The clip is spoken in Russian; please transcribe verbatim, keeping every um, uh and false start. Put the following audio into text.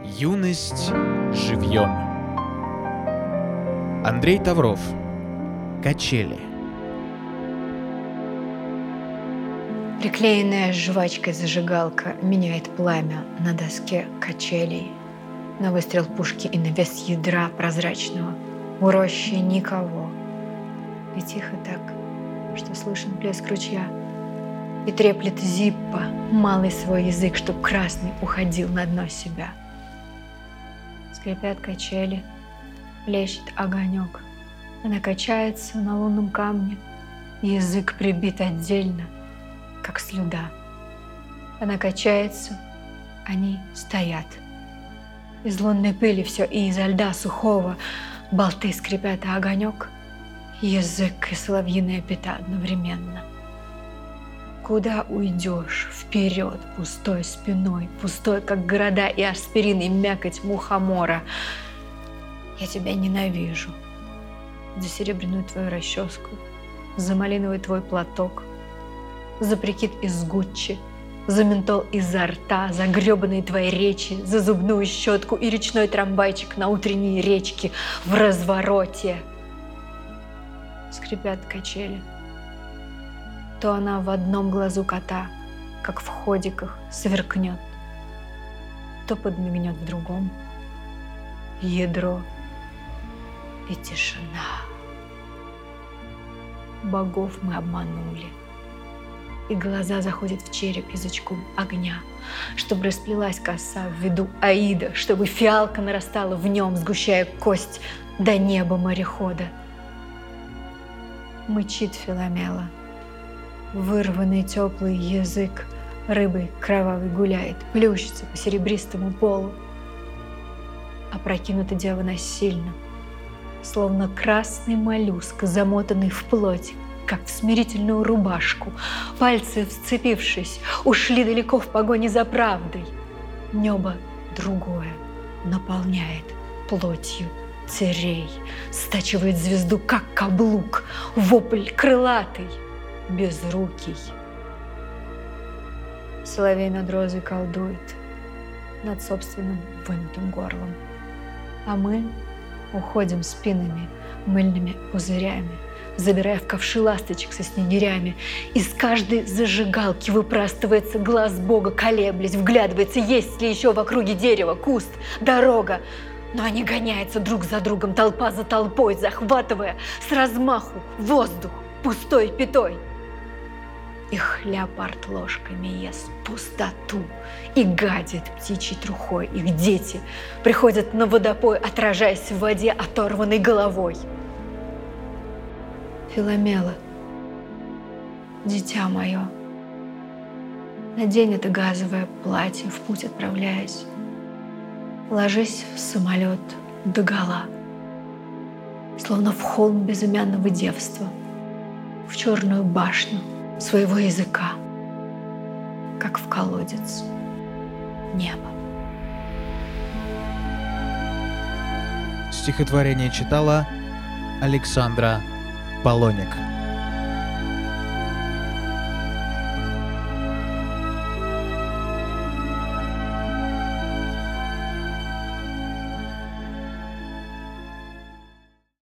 Юность живьем. Андрей Тавров. Качели. Приклеенная жвачкой зажигалка меняет пламя на доске качелей. На выстрел пушки и на вес ядра прозрачного у рощи никого. И тихо так, что слышен плеск ручья. И треплет Зиппа малый свой язык, чтоб красный уходил на дно себя. Скрипят качели, плещет огонек. Она качается на лунном камне, язык прибит отдельно, как слюда. Она качается, они стоят. Из лунной пыли все и изо льда сухого болты скрипят, а огонек — язык и соловьиная пята одновременно. Куда уйдешь вперед пустой спиной, пустой, как города и аспирин, и мякоть мухомора? Я тебя ненавижу. За серебряную твою расческу, за малиновый твой платок, за прикид из Гуччи, за ментол изо рта, за гребаные твои речи, за зубную щетку и речной трамвайчик на утренней речке в развороте. Скрипят качели. То она в одном глазу кота, как в ходиках, сверкнет, то подмигнет в другом. Ядро и тишина. Богов мы обманули. И глаза заходят в череп язычком огня, чтобы расплелась коса в виду Аида, чтобы фиалка нарастала в нем, сгущая кость до неба морехода. Мычит Филомела. Вырванный теплый язык рыбой кровавой гуляет, плющится по серебристому полу. Опрокинута дева насильно, словно красный моллюск, замотанный в плоть, как в смирительную рубашку. Пальцы, вцепившись, ушли далеко в погоне за правдой. Небо другое наполняет плотью царей, стачивает звезду, как каблук, вопль крылатый, безрукий. Соловей над розой колдует, над собственным вынутым горлом. А мы уходим спинами, мыльными пузырями, забирая в ковши ласточек со снегирями. Из каждой зажигалки выпрастывается глаз Бога, колеблясь, вглядывается, есть ли еще в округе дерево, куст, дорога. Но они гоняются друг за другом, толпа за толпой, захватывая с размаху воздух пустой пятой. Их леопард ложками ест пустоту и гадит птичьей трухой. Их дети приходят на водопой, отражаясь в воде оторванной головой. Филомела, дитя мое, надень это газовое платье, в путь отправляясь. Ложись в самолет догола, словно в холм безымянного девства, в черную башню своего языка, как в колодец неба. Стихотворение читала Александра Полоник.